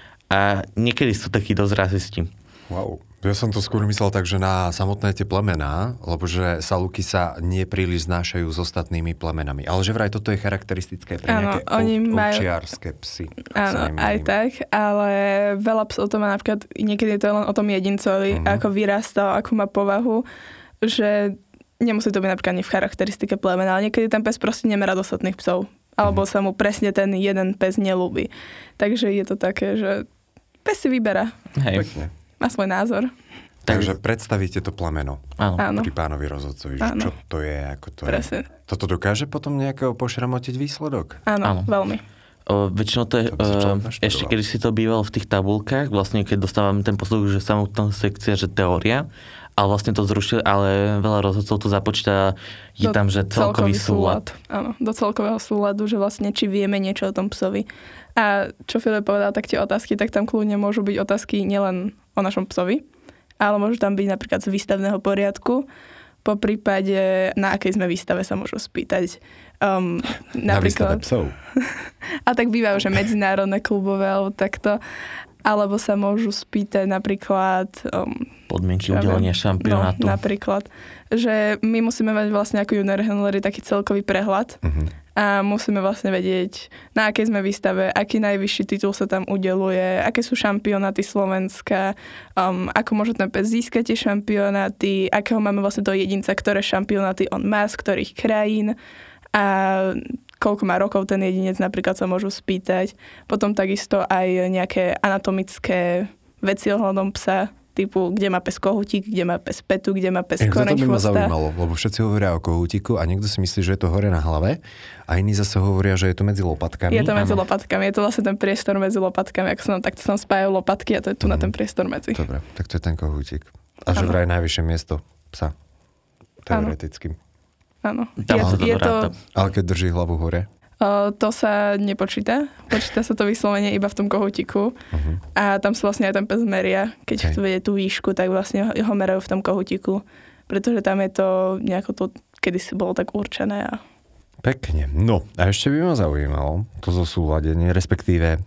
A niekedy sú takí dosť rasisti. Wow. Ja som to skôr myslel tak, že na samotné tie plemená, lebo že Saluky sa nie príliš znášajú s ostatnými plemenami. Ale že vraj toto je charakteristické pre nejaké ov- ovčiarske psy. Áno, aj tak, ale veľa psov to má napríklad, niekedy to je len o tom jedincovi, mm-hmm. ako vyrastal, akú má povahu, že nemusí to byť napríklad ani v charakteristike plemena, ale niekedy ten pes proste nemá rád ostatných psov. Alebo mm-hmm. sa mu presne ten jeden pes nelúbi. Takže je to také, že pes si vyberá. Hej. Pekne. Má svoj názor. Takže predstavíte to plemeno. Áno. Pri pánovi rozhodcovi, že čo to je, ako to Presne. je. Toto dokáže potom nejako pošramotiť výsledok? Áno, Áno. veľmi. O, väčšinou to je, to uh, ešte kedy si to bývalo v tých tabulkách, vlastne keď dostávame ten posledok, že samotná sekcia, že teória, ale vlastne to zrušili, ale veľa rozhodcov tu započíta, je do tam, že celkový, celkový súlad. súlad. Áno, do celkového súladu, že vlastne či vieme niečo o tom psovi. A čo Filip povedal, tak tie otázky, tak tam kľudne môžu byť otázky nielen o našom psovi, ale môžu tam byť napríklad z výstavného poriadku, po prípade na akej sme výstave sa môžu spýtať. Um, na výstave psov. A tak bývajú, že medzinárodné klubové alebo takto. Alebo sa môžu spýtať napríklad... Um, podmienky udelenia šampionátu. No, napríklad. Že my musíme mať vlastne ako junior handleri taký celkový prehľad. Uh-huh. A musíme vlastne vedieť, na akej sme výstave, aký najvyšší titul sa tam udeluje, aké sú šampionáty Slovenska, um, ako môže ten pes získať tie šampionáty, akého máme vlastne toho jedinca, ktoré šampionáty on má, z ktorých krajín a koľko má rokov ten jedinec, napríklad sa môžu spýtať. Potom takisto aj nejaké anatomické veci ohľadom psa, typu, kde má pes kohutík, kde má pes petu, kde má pes koreň chvosta. To by ma zaujímalo, lebo všetci hovoria o kohútiku a niekto si myslí, že je to hore na hlave a iní zase hovoria, že je to medzi lopatkami. Je to medzi lopatkami, je to vlastne ten priestor medzi lopatkami. Ako sa nám takto sa spájajú lopatky a to je tu mm. na ten priestor medzi. Dobre, tak to je ten kohútik. A že vraj najvyššie miesto psa. Teoreticky. Áno. Je, je to... Ale keď drží hlavu hore? Uh, to sa nepočíta. Počíta sa to vyslovene iba v tom kohútiku. Uh-huh. A tam sa vlastne aj ten pes meria. Keď okay. vedie tú výšku, tak vlastne ho merajú v tom kohútiku. Pretože tam je to nejako to, kedysi bolo tak určené. A... Pekne. No, a ešte by ma zaujímalo to zosúladenie, respektíve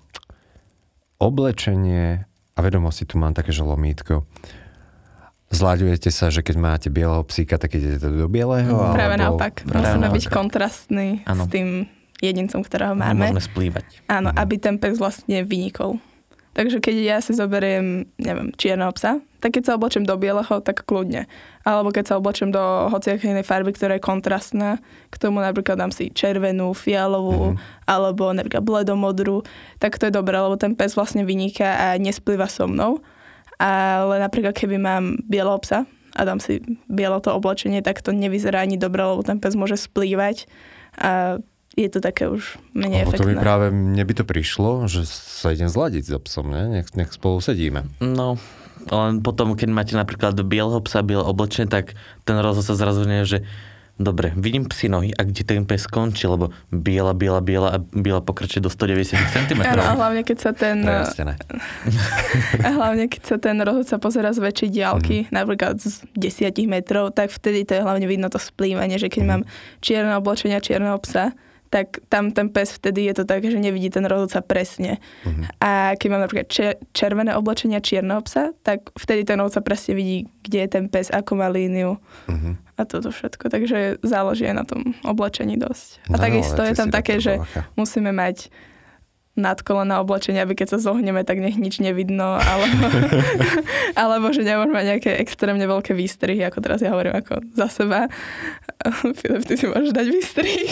oblečenie a vedomosti. Tu mám také, že lomítko. Zlaďujete sa, že keď máte bieleho psíka, tak idete do bieleho? Práve alebo... naopak. Musíme byť kontrastní s tým jedincom, ktorého máme. Môžeme splývať. Áno, mm. aby ten pes vlastne vynikol. Takže keď ja si zoberiem, neviem, čierneho psa, tak keď sa oblečem do bieleho, tak kľudne. Alebo keď sa oblečem do hociakej inej farby, ktorá je kontrastná, k tomu napríklad dám si červenú, fialovú, mm. alebo napríklad bledomodrú, tak to je dobré, lebo ten pes vlastne vyniká a nesplýva so mnou. Ale napríklad keby mám bieleho psa a dám si bielo to oblečenie, tak to nevyzerá ani dobre, lebo ten pes môže splývať a je to také už menej Lebo to mi efektné. práve, mne by to prišlo, že sa idem zladiť so psom, ne? Nech, nech spolu sedíme. No, len potom, keď máte napríklad bieleho psa, biele oblečenie, tak ten rozhod sa zrazu nie, že dobre, vidím psi nohy a kde ten pes skončí, lebo biela, biela, biela a biela pokračuje do stodeväťdesiat centimetrov. Áno, a hlavne keď sa ten... Prejastené. A hlavne keď sa ten rozhod sa pozerá z väčšej diaľky, mm. napríklad z desiatich metrov, tak vtedy to je hlavne vidno to splývanie, že keď mm. mám čierne oblečenia čierneho psa, tak tam ten pes vtedy je to tak, že nevidí ten rozhodca presne. Uh-huh. A keď mám napríklad čer- červené oblečenia čierneho psa, tak vtedy ten rozhodca presne vidí, kde je ten pes, ako má líniu uh-huh. a toto všetko. Takže záleží aj na tom oblečení dosť. A no, takisto je tam také, že bacha. musíme mať nadkolené oblečenie, aby keď sa zohneme, tak nech nič nevidno, alebo, alebo že nemôžeme mať nejaké extrémne veľké výstrihy, ako teraz ja hovorím ako za seba. Filip, ty si môžeš dať výstrih.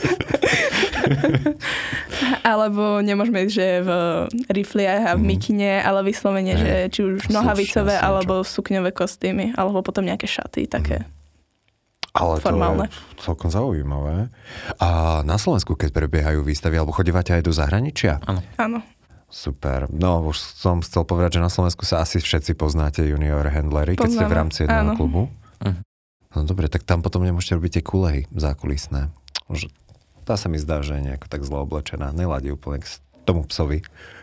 Alebo nemôžeme ísť, že v rifliach a v mikine, ale vyslovene, že či už nohavicové, alebo sukňové kostýmy, alebo potom nejaké šaty, také. Ale formálne. To je celkom zaujímavé. A na Slovensku, keď prebiehajú výstavy, alebo chodívate aj do zahraničia? Áno. Áno. Super. No, už som chcel povedať, že na Slovensku sa asi všetci poznáte junior handlery, keď ste v rámci jedného áno. klubu. Uh. No dobre, tak tam potom nemôžete robiť tie kulehy zákulisné. Už tá sa mi zdá, že je nejako tak zle oblečená. Neladí úplne k tomu psovi.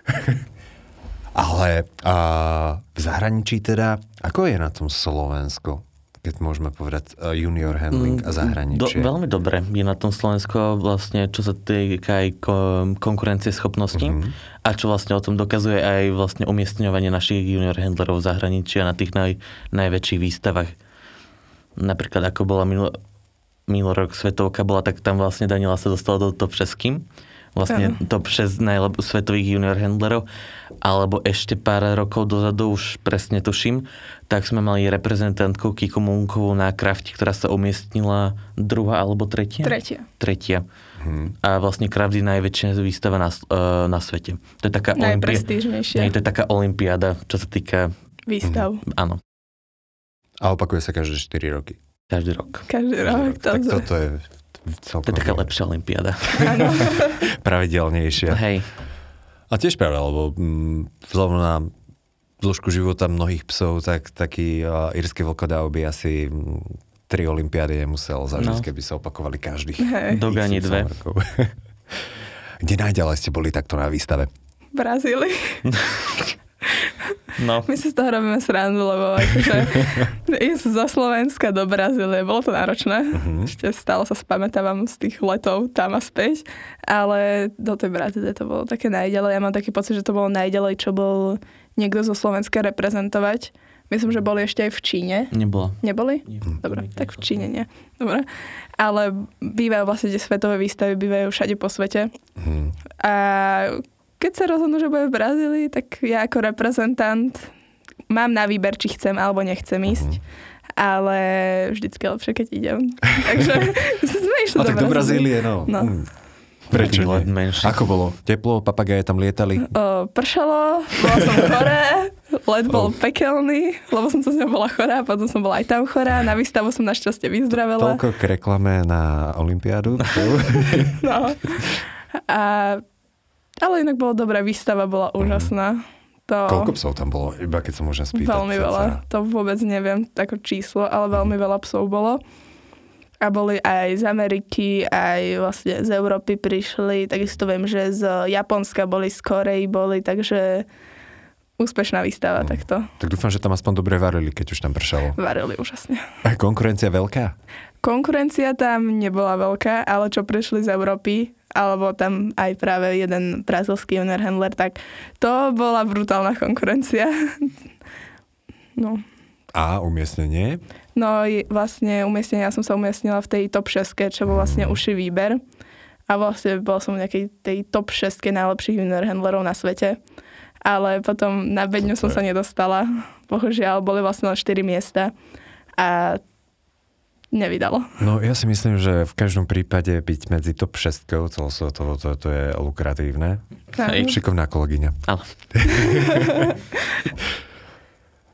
Ale a v zahraničí teda, ako je na tom Slovensko? Keď môžeme povedať uh, junior handling a zahraničie. Do, veľmi dobre je na tom Slovensko vlastne, čo sa týka aj konkurencie schopností mm-hmm. a čo vlastne o tom dokazuje aj vlastne umiestňovanie našich junior handlerov v zahraničí a na tých naj, najväčších výstavách. Napríklad ako bola minulý minulý rok svetovka bola, tak tam vlastne Daniela sa dostala do top šesť kým. Vlastne uh-huh. top šesť najlep- svetových junior handlerov, alebo ešte pár rokov dozadu, už presne tuším, tak sme mali reprezentantku Kiku Munkovú na krafti, ktorá sa umiestnila druhá alebo tretia? Tretia. Tretia. Hmm. A vlastne kraft je najväčšia výstava na, uh, na svete. To je taká najprestížnejšia. Olympia- to je taká olympiáda, čo sa týka výstav. Mm, áno. A opakuje sa každé štyri roky. Každý rok. Každý rok. Tak toto je celkom... To je taká lepšia olympiáda. Áno. Pravidelnejšia. Hej. A tiež pravda, lebo mm, vzhľadom na dĺžku života mnohých psov, tak taký uh, írsky vlkodák by asi mm, tri olympiády nemusel zažiť, no. keby sa opakovali každých. Dok ani dve. Kde najďalej ste boli takto na výstave? V Brazílii. No. My si z toho robíme srandu, lebo akože ísť zo Slovenska do Brazílie, bolo to náročné. Uh-huh. Ešte stále sa spamätávam z tých letov tam a späť, ale do tej Brazílie to bolo také najďalej. Ja mám taký pocit, že to bolo najďalej, čo bol niekto zo Slovenska reprezentovať. Myslím, že boli ešte aj v Číne. Nebola. Neboli? Nie, Dobre, tak v Číne nie. Dobre. Ale bývajú vlastne tie svetové výstavy, bývajú všade po svete. Uh-huh. A keď sa rozhodnú, že bude v Brazílii, tak ja ako reprezentant mám na výber, či chcem alebo nechcem ísť. Uh-huh. Ale vždycky lepšie, keď idem. Takže sme išli do, do Brazílie. No. no. Hmm. Prečo nie? Ako bolo? Teplo, papagáje tam lietali? O, pršalo, bola som chorá, let bol oh. pekelný, lebo som sa s ňou bola chorá, potom som bola aj tam chorá, na výstavu som našťastie vyzdravela. Toľko k reklame na olympiádu. No. A ale inak bola dobrá výstava, bola úžasná. To... Koľko psov tam bolo? Iba keď sa môžem spýtať. Veľmi veľa. To vôbec neviem, tako číslo, ale veľmi veľa psov bolo. A boli aj z Ameriky, aj vlastne z Európy prišli. Takisto viem, že z Japonska boli, z Korei boli, takže úspešná výstava mm. takto. Tak dúfam, že tam aspoň dobre varili, keď už tam pršalo. Varili úžasne. A konkurencia veľká? Konkurencia tam nebola veľká, ale čo prišli z Európy, alebo tam aj práve jeden brazilský junior handler, tak to bola brutálna konkurencia. No. A umiestnenie? No vlastne umiestnenie, ja som sa umiestnila v tej top šesť, čo bol vlastne uší výber. A vlastne bola som v nejakej tej top šesť najlepších junior handlerov na svete. Ale potom na bedňu som sa nedostala. Bohužiaľ, boli vlastne len štyri miesta. A nevydalo. No ja si myslím, že v každom prípade byť medzi top šesť celosvetovo, to, to je lukratívne. Hej. Šikovná kolegyňa. Ale.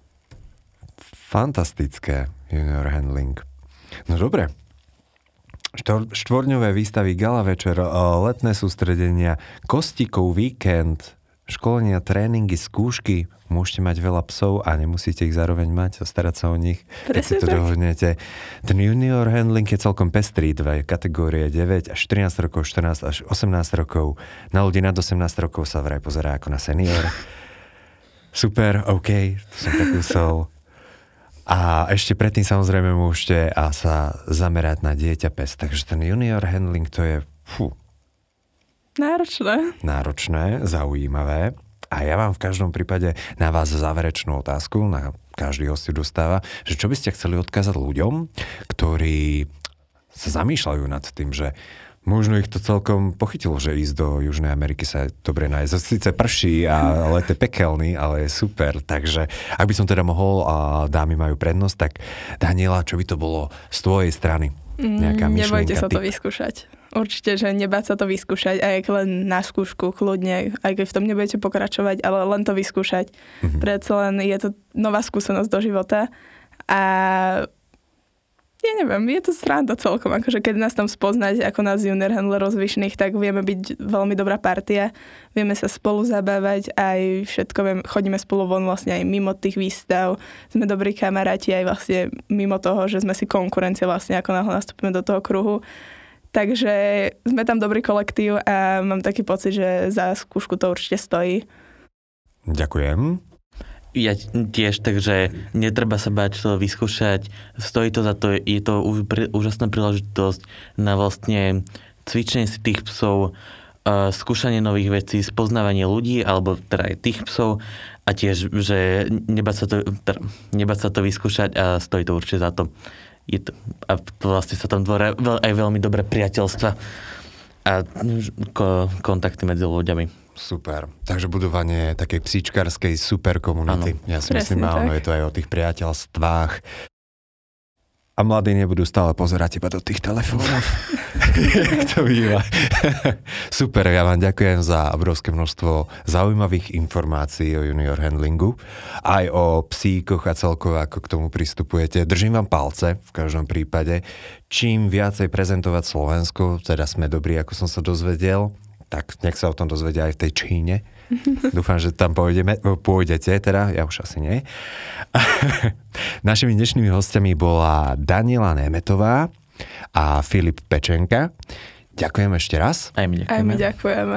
Fantastické junior handling. No dobre. Štor, štvorňové výstavy, gala večer, letné sústredenia, Kostíkov víkend, školenia, tréningy, skúšky. Môžete mať veľa psov a nemusíte ich zároveň mať a starať sa o nich. Keď si to dohodnete. Ten junior handling je celkom pestrý, dve kategórie, deväť až štrnásť rokov, štrnásť až osemnásť rokov. Na ľudí nad osemnásť rokov sa vraj pozerá ako na senior. Super, OK, to som tak usol. A ešte predtým samozrejme môžete a sa zamerať na dieťa pes. Takže ten junior handling to je fú, náročné. Náročné, zaujímavé. A ja vám v každom prípade na vás záverečnú otázku, na každý host dostáva, že čo by ste chceli odkázať ľuďom, ktorí sa zamýšľajú nad tým, že možno ich to celkom pochytilo, že ísť do Južnej Ameriky sa dobre nájsť. Sice prší a let je pekelný, ale je super. Takže ak by som teda mohol a dámy majú prednosť, tak Daniela, čo by to bolo z tvojej strany? Nejaká myšlienka, nebojte sa typ. to vyskúšať. Určite, že nebáť sa to vyskúšať, aj len na skúšku, kľudne, aj keď v tom nebudete pokračovať, ale len to vyskúšať. Mm-hmm. Predsa len je to nová skúsenosť do života a ja neviem, je to sranda celkom, akože keď nás tam spoznať ako nás junior handlerov zvyšných, tak vieme byť veľmi dobrá partia, vieme sa spolu zabávať, aj všetko vieme, chodíme spolu von vlastne aj mimo tých výstav, sme dobrí kamaráti aj vlastne mimo toho, že sme si konkurencia vlastne, ako náhle nastúpime do toho kruhu. Takže sme tam dobrý kolektív a mám taký pocit, že za skúšku to určite stojí. Ďakujem. Ja tiež, takže netreba sa báť to vyskúšať. Stojí to za to, je to úžasná príležitosť na vlastne cvičenie si tých psov, skúšanie nových vecí, spoznávanie ľudí, alebo teda aj tých psov a tiež, že nebáť sa to, teda, nebáť sa to vyskúšať a stojí to určite za to. Je to, a vlastne sa tam tvoria aj veľmi dobré priateľstva a kontakty medzi ľuďmi. Super. Takže budovanie takej psíčkarskej super komunity. Ano. Ja si Presne myslím, áno, tak. je to aj o tých priateľstvách. A mladí nebudú stále pozerať iba do tých telefónov. Jak to býva. Super, ja vám ďakujem za obrovské množstvo zaujímavých informácií o junior handlingu, aj o psíkoch a celkovo, ako k tomu pristupujete. Držím vám palce v každom prípade. Čím viacej prezentovať Slovensko, teda sme dobrí, ako som sa dozvedel, tak nech sa o tom dozvedia aj v tej Číne. Dúfam, že tam pôjdeme, pôjdete, teda, ja už asi nie. Našimi dnešnými hostiami bola Daniela Németová a Filip Pečenka. Ďakujem ešte raz. Aj my ďakujeme. Aj my ďakujeme.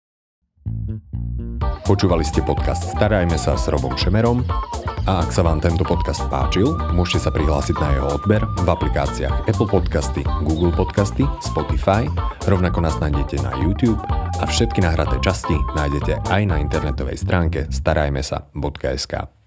Počúvali ste podcast Starajme sa s Robom Šemerom a ak sa vám tento podcast páčil, môžete sa prihlásiť na jeho odber v aplikáciách Apple Podcasty, Google Podcasty, Spotify, rovnako nás nájdete na YouTube a všetky nahraté časti nájdete aj na internetovej stránke starajmesa bodka es ká.